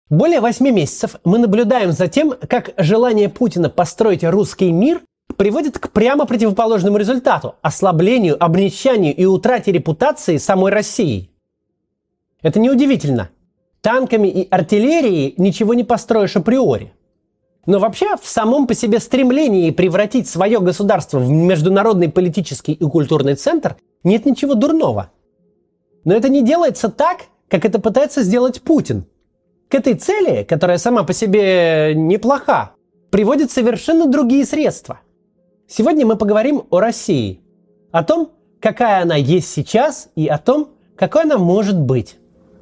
Более 8 месяцев мы наблюдаем за тем, как желание Путина построить русский мир приводит к прямо противоположному результату – ослаблению, обнищанию и утрате репутации самой России. Это неудивительно. Танками и артиллерией ничего не построишь априори. Но вообще в самом по себе стремлении превратить свое государство в международный политический и культурный центр нет ничего дурного. Но это не делается так, как это пытается сделать Путин. К этой цели, которая сама по себе неплоха, приводят совершенно другие средства. Сегодня мы поговорим о России, о том, какая она есть сейчас, и о том, какой она может быть.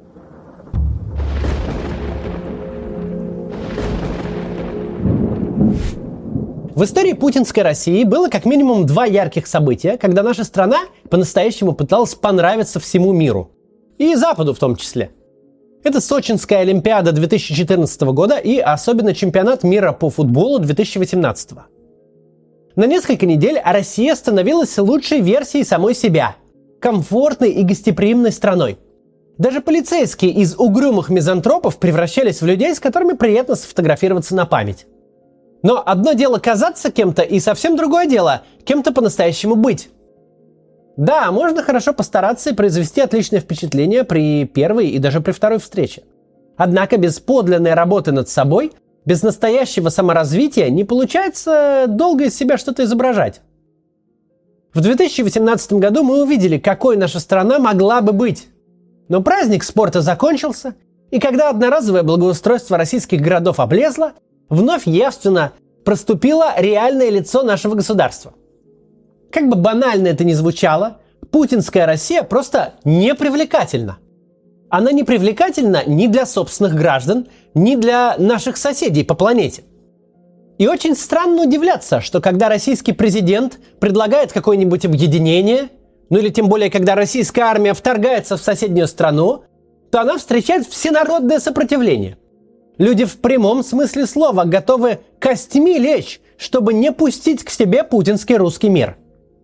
В истории путинской России было как минимум два ярких события, когда наша страна по-настоящему пыталась понравиться всему миру. И Западу в том числе. Это Сочинская Олимпиада 2014 года и особенно чемпионат мира по футболу 2018. На несколько недель Россия становилась лучшей версией самой себя. Комфортной и гостеприимной страной. Даже полицейские из угрюмых мизантропов превращались в людей, с которыми приятно сфотографироваться на память. Но одно дело казаться кем-то, и совсем другое дело кем-то по-настоящему быть. Да, можно хорошо постараться и произвести отличное впечатление при первой и даже при второй встрече. Однако без подлинной работы над собой, без настоящего саморазвития не получается долго из себя что-то изображать. В 2018 году мы увидели, какой наша страна могла бы быть. Но праздник спорта закончился, и когда одноразовое благоустройство российских городов облезло, вновь явственно проступило реальное лицо нашего государства. Как бы банально это ни звучало, путинская Россия просто непривлекательна. Она непривлекательна ни для собственных граждан, ни для наших соседей по планете. И очень странно удивляться, что когда российский президент предлагает какое-нибудь объединение, ну или тем более, когда российская армия вторгается в соседнюю страну, то она встречает всенародное сопротивление. Люди в прямом смысле слова готовы костьми лечь, чтобы не пустить к себе путинский русский мир.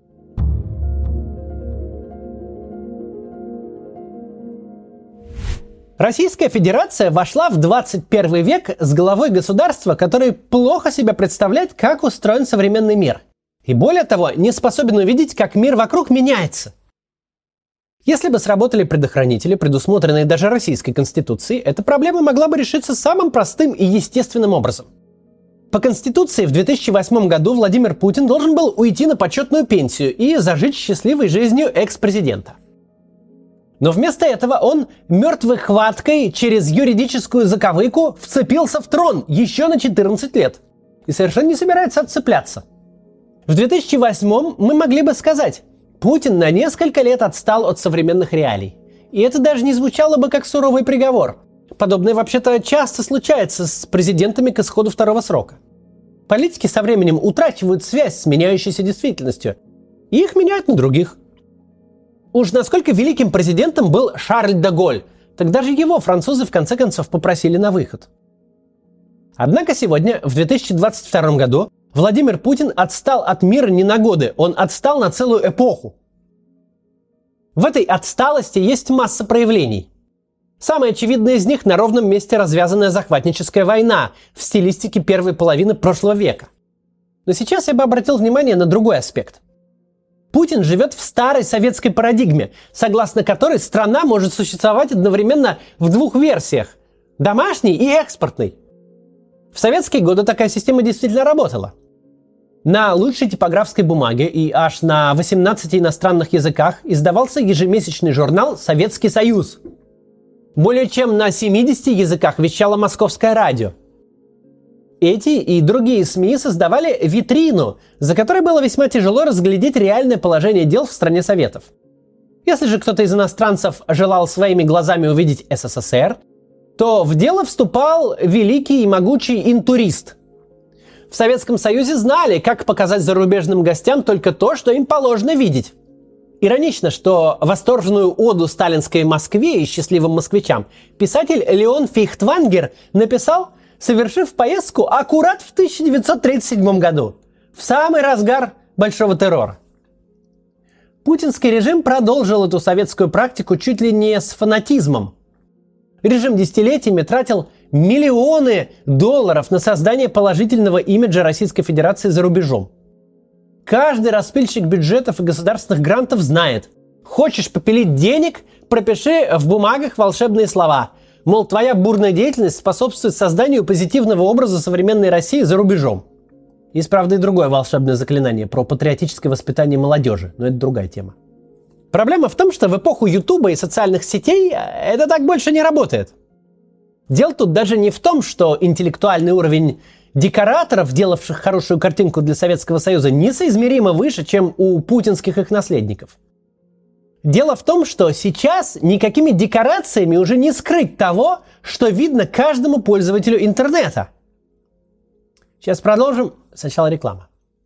Российская Федерация вошла в 21 век с главой государства, который плохо себя представляет, как устроен современный мир. И более того, не способен увидеть, как мир вокруг меняется. Если бы сработали предохранители, предусмотренные даже Российской Конституцией, эта проблема могла бы решиться самым простым и естественным образом. По Конституции в 2008 году Владимир Путин должен был уйти на почетную пенсию и зажить счастливой жизнью экс-президента. Но вместо этого он мертвой хваткой через юридическую заковыку вцепился в трон еще на 14 лет и совершенно не собирается отцепляться. В 2008 мы могли бы сказать: Путин на несколько лет отстал от современных реалий. И это даже не звучало бы как суровый приговор. Подобное вообще-то часто случается с президентами к исходу второго срока. Политики со временем утрачивают связь с меняющейся действительностью, и их меняют на других. Уж насколько великим президентом был Шарль де Голль, так даже его французы в конце концов попросили на выход. Однако сегодня, в 2022 году, Владимир Путин отстал от мира не на годы, он отстал на целую эпоху. В этой отсталости есть масса проявлений. Самое очевидное из них — на ровном месте развязанная захватническая война в стилистике первой половины прошлого века. Но сейчас я бы обратил внимание на другой аспект. Путин живет в старой советской парадигме, согласно которой страна может существовать одновременно в двух версиях – домашней и экспортной. В советские годы такая система действительно работала. На лучшей типографской бумаге и аж на 18 иностранных языках издавался ежемесячный журнал «Советский Союз». Более чем на 70 языках вещало Московское радио. Эти и другие СМИ создавали витрину, за которой было весьма тяжело разглядеть реальное положение дел в стране Советов. Если же кто-то из иностранцев желал своими глазами увидеть СССР, то в дело вступал великий и могучий интурист. В Советском Союзе знали, как показать зарубежным гостям только то, что им положено видеть. Иронично, что восторженную оду сталинской Москве и счастливым москвичам писатель Леон Фейхтвангер написал, совершив поездку аккурат в 1937 году, в самый разгар Большого террора. Путинский режим продолжил эту советскую практику чуть ли не с фанатизмом. Режим десятилетиями тратил миллионы долларов на создание положительного имиджа Российской Федерации за рубежом. Каждый распильщик бюджетов и государственных грантов знает: хочешь попилить денег, пропиши в бумагах волшебные слова. Мол, твоя бурная деятельность способствует созданию позитивного образа современной России за рубежом. Есть, правда, и другое волшебное заклинание про патриотическое воспитание молодежи, но это другая тема. Проблема в том, что в эпоху Ютуба и социальных сетей это так больше не работает. Дело тут даже не в том, что интеллектуальный уровень декораторов, делавших хорошую картинку для Советского Союза, несоизмеримо выше, чем у путинских их наследников. Дело в том, что сейчас никакими декорациями уже не скрыть того, что видно каждому пользователю интернета. Сейчас продолжим. Сначала реклама.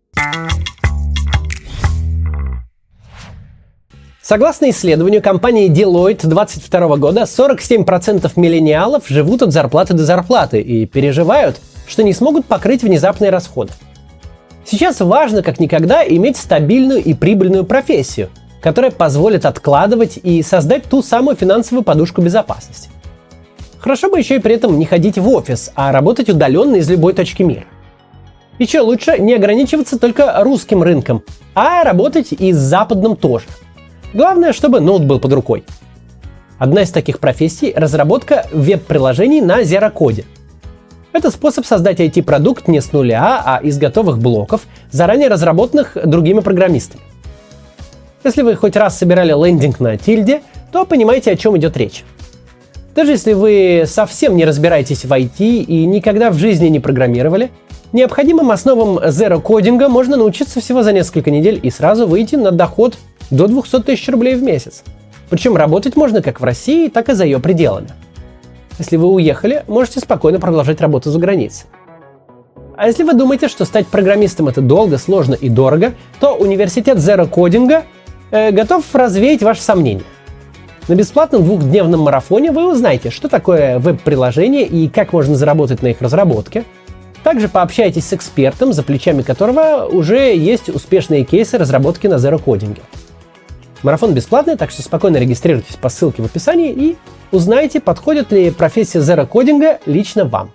Согласно исследованию компании Deloitte 2022 года, 47% миллениалов живут от зарплаты до зарплаты и переживают, что не смогут покрыть внезапные расходы. Сейчас важно как никогда иметь стабильную и прибыльную профессию, которая позволит откладывать и создать ту самую финансовую подушку безопасности. Хорошо бы еще и при этом не ходить в офис, а работать удаленно из любой точки мира. Еще лучше не ограничиваться только русским рынком, а работать и с западным тоже. Главное, чтобы ноут был под рукой. Одна из таких профессий – разработка веб-приложений на зерокоде. Это способ создать IT-продукт не с нуля, а из готовых блоков, заранее разработанных другими программистами. Если вы хоть раз собирали лендинг на тильде, то понимаете, о чем идет речь. Даже если вы совсем не разбираетесь в IT и никогда в жизни не программировали, необходимым основам зерокодинга можно научиться всего за несколько недель и сразу выйти на доход до 200 тысяч рублей в месяц. Причем работать можно как в России, так и за ее пределами. Если вы уехали, можете спокойно продолжать работу за границей. А если вы думаете, что стать программистом это долго, сложно и дорого, то университет зерокодинга готов развеять ваши сомнения. На бесплатном двухдневном марафоне вы узнаете, что такое веб-приложение и как можно заработать на их разработке. Также пообщайтесь с экспертом, за плечами которого уже есть успешные кейсы разработки на зерокодинге. Марафон бесплатный, так что спокойно регистрируйтесь по ссылке в описании и узнайте, подходит ли профессия зерокодинга лично вам.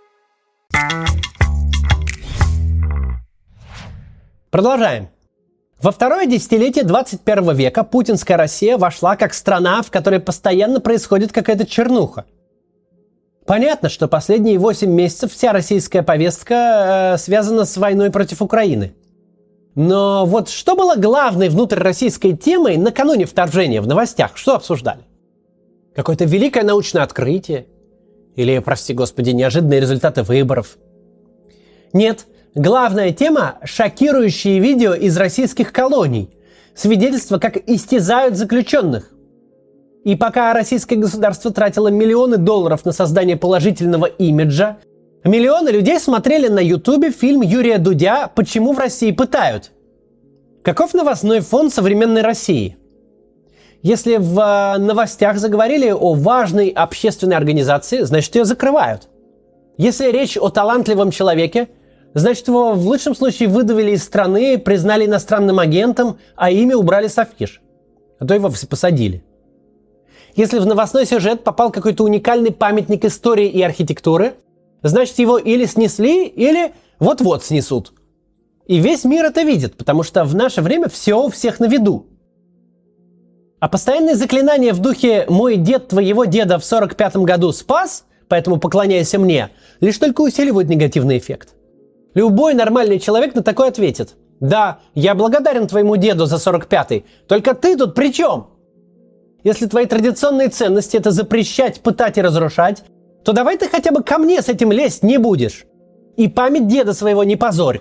Продолжаем. Во второе десятилетие 21 века путинская Россия вошла как страна, в которой постоянно происходит какая-то чернуха. Понятно, что последние 8 месяцев вся российская повестка связана с войной против Украины. Но вот что было главной внутрироссийской темой накануне вторжения в новостях? Что обсуждали? Какое-то великое научное открытие? Или, прости господи, неожиданные результаты выборов? Нет, главная тема – шокирующие видео из российских колоний, свидетельства, как истязают заключенных. И пока российское государство тратило миллионы долларов на создание положительного имиджа, миллионы людей смотрели на Ютубе фильм Юрия Дудя «Почему в России пытают?». Каков новостной фон современной России? Если в новостях заговорили о важной общественной организации, значит ее закрывают. Если речь о талантливом человеке, значит его в лучшем случае выдавили из страны, признали иностранным агентом, а имя убрали с афиш. А то его вовсе посадили. Если в новостной сюжет попал какой-то уникальный памятник истории и архитектуры, значит его или снесли, или вот-вот снесут. И весь мир это видит, потому что в наше время все у всех на виду. А постоянные заклинания в духе «мой дед твоего деда в 45-м году спас, поэтому поклоняйся мне», лишь только усиливают негативный эффект. Любой нормальный человек на такое ответит: «Да, я благодарен твоему деду за 45-й, только ты тут при чем?» Если твои традиционные ценности – это запрещать, пытать и разрушать, то давай ты хотя бы ко мне с этим лезть не будешь. И память деда своего не позорь.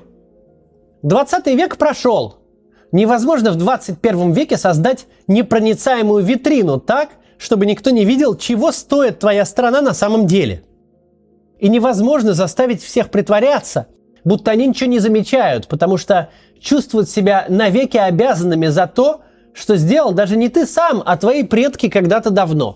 20 век прошел. Невозможно в 21 веке создать непроницаемую витрину так, чтобы никто не видел, чего стоит твоя страна на самом деле. И невозможно заставить всех притворяться, будто они ничего не замечают, потому что чувствуют себя навеки обязанными за то, что сделал даже не ты сам, а твои предки когда-то давно.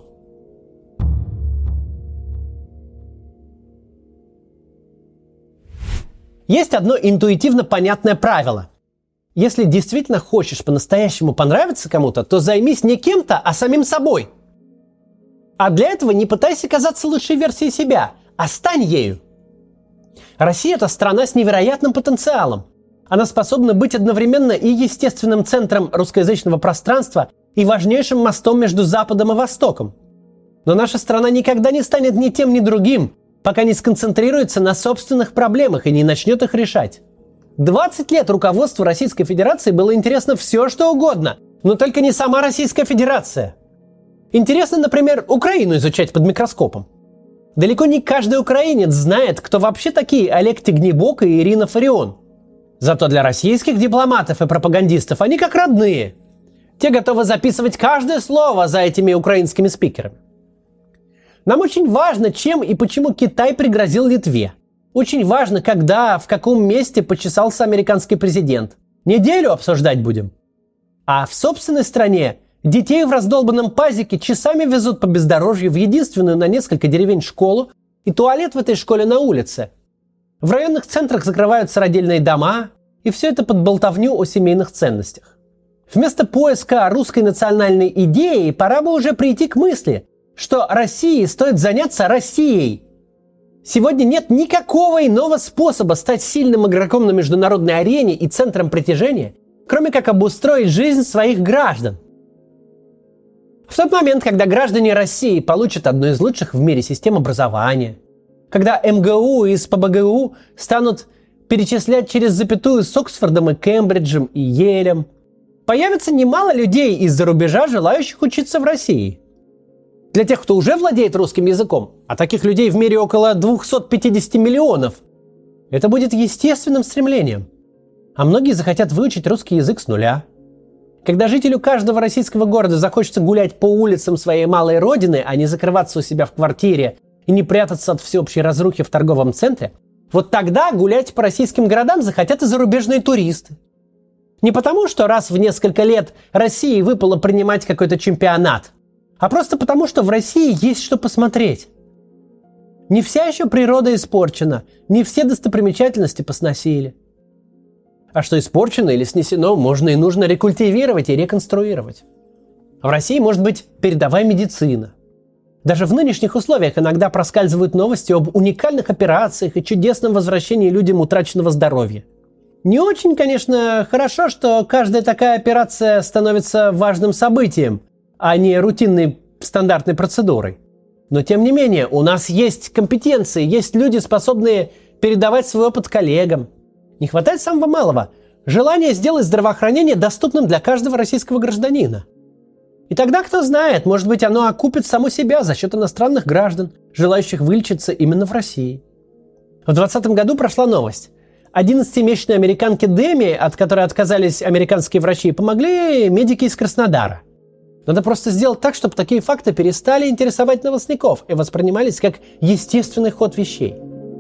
Есть одно интуитивно понятное правило. Если действительно хочешь по-настоящему понравиться кому-то, то займись не кем-то, а самим собой. А для этого не пытайся казаться лучшей версией себя, а стань ею. Россия – это страна с невероятным потенциалом. Она способна быть одновременно и естественным центром русскоязычного пространства, и важнейшим мостом между Западом и Востоком. Но наша страна никогда не станет ни тем, ни другим, пока не сконцентрируется на собственных проблемах и не начнет их решать. 20 лет руководству Российской Федерации было интересно все, что угодно, но только не сама Российская Федерация. Интересно, например, Украину изучать под микроскопом. Далеко не каждый украинец знает, кто вообще такие Олег Тягнебок и Ирина Фарион. Зато для российских дипломатов и пропагандистов они как родные. Те готовы записывать каждое слово за этими украинскими спикерами. Нам очень важно, чем и почему Китай пригрозил Литве. Очень важно, когда, в каком месте почесался американский президент. Неделю обсуждать будем. А в собственной стране детей в раздолбанном пазике часами везут по бездорожью в единственную на несколько деревень школу и туалет в этой школе на улице. В районных центрах закрываются родильные дома, и все это под болтовню о семейных ценностях. Вместо поиска русской национальной идеи пора бы уже прийти к мысли, что России стоит заняться Россией. Сегодня нет никакого иного способа стать сильным игроком на международной арене и центром притяжения, кроме как обустроить жизнь своих граждан. В тот момент, когда граждане России получат одну из лучших в мире систем образования, когда МГУ и СПбГУ станут перечислять через запятую с Оксфордом и Кембриджем и Елем, появится немало людей из-за рубежа, желающих учиться в России. Для тех, кто уже владеет русским языком, а таких людей в мире около 250 миллионов, это будет естественным стремлением. А многие захотят выучить русский язык с нуля. Когда жителю каждого российского города захочется гулять по улицам своей малой родины, а не закрываться у себя в квартире и не прятаться от всеобщей разрухи в торговом центре, вот тогда гулять по российским городам захотят и зарубежные туристы. Не потому, что раз в несколько лет России выпало принимать какой-то чемпионат, а просто потому, что в России есть что посмотреть. Не вся еще природа испорчена, не все достопримечательности посносили. А что испорчено или снесено, можно и нужно рекультивировать и реконструировать. В России может быть передовая медицина. Даже в нынешних условиях иногда проскальзывают новости об уникальных операциях и чудесном возвращении людям утраченного здоровья. Не очень, конечно, хорошо, что каждая такая операция становится важным событием, а не рутинной стандартной процедурой. Но тем не менее, у нас есть компетенции, есть люди, способные передавать свой опыт коллегам. Не хватает самого малого – желания сделать здравоохранение доступным для каждого российского гражданина. И тогда, кто знает, может быть, оно окупит само себя за счет иностранных граждан, желающих вылечиться именно в России. В 2020 году прошла новость. 11-месячной американке Деми, от которой отказались американские врачи, помогли медики из Краснодара. Надо просто сделать так, чтобы такие факты перестали интересовать новостников и воспринимались как естественный ход вещей.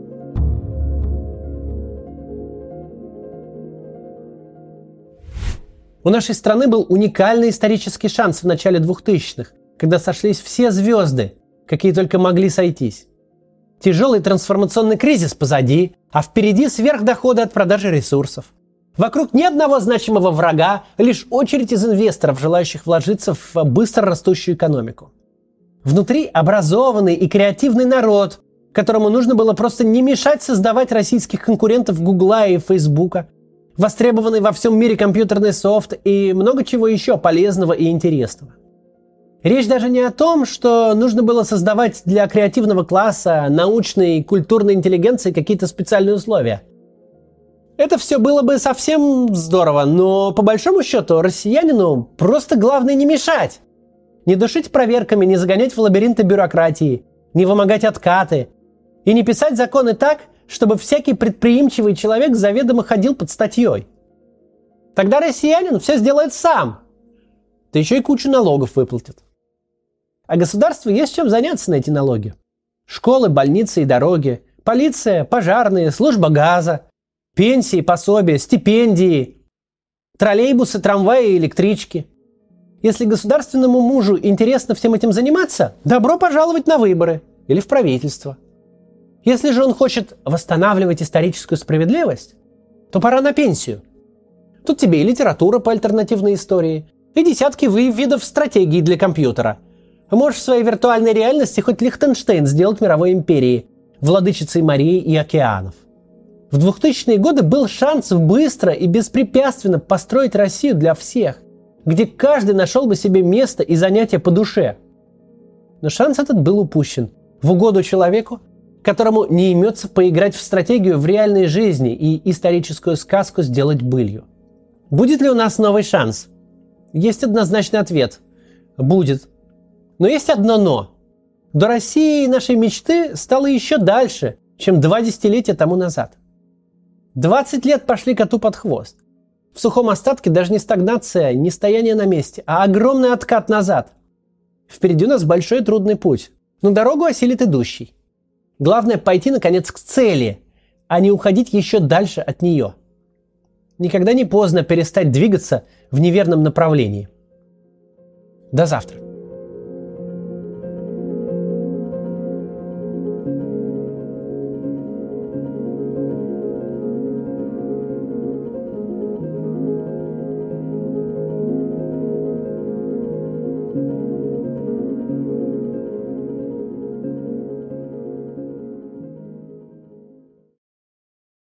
У нашей страны был уникальный исторический шанс в начале 2000-х, когда сошлись все звезды, какие только могли сойтись. Тяжелый трансформационный кризис позади, а впереди сверхдоходы от продажи ресурсов. Вокруг ни одного значимого врага, лишь очередь из инвесторов, желающих вложиться в быстро растущую экономику. Внутри образованный и креативный народ, которому нужно было просто не мешать создавать российских конкурентов Гугла и Фейсбука, востребованный во всем мире компьютерный софт и много чего еще полезного и интересного. Речь даже не о том, что нужно было создавать для креативного класса, научной и культурной интеллигенции какие-то специальные условия. Это все было бы совсем здорово, но по большому счету россиянину просто главное не мешать. Не душить проверками, не загонять в лабиринты бюрократии, не вымогать откаты и не писать законы так, чтобы всякий предприимчивый человек заведомо ходил под статьей. Тогда россиянин все сделает сам. Да еще и кучу налогов выплатит. А государству есть чем заняться на эти налоги. Школы, больницы и дороги, полиция, пожарные, служба газа, пенсии, пособия, стипендии, троллейбусы, трамваи и электрички. Если государственному мужу интересно всем этим заниматься, добро пожаловать на выборы или в правительство. Если же он хочет восстанавливать историческую справедливость, то пора на пенсию. Тут тебе и литература по альтернативной истории, и десятки видов стратегий для компьютера. Можешь в своей виртуальной реальности хоть Лихтенштейн сделать мировой империей, владычицей морей и океанов. В 2000-е годы был шанс быстро и беспрепятственно построить Россию для всех, где каждый нашел бы себе место и занятие по душе. Но шанс этот был упущен в угоду человеку, которому не имется поиграть в стратегию в реальной жизни и историческую сказку сделать былью. Будет ли у нас новый шанс? Есть однозначный ответ. Будет. Но есть одно «но». До России нашей мечты стало еще дальше, чем 2 десятилетия тому назад. 20 лет пошли коту под хвост. В сухом остатке даже не стагнация, не стояние на месте, а огромный откат назад. Впереди у нас большой трудный путь, но дорогу осилит идущий. Главное пойти, наконец, к цели, а не уходить еще дальше от нее. Никогда не поздно перестать двигаться в неверном направлении. До завтра.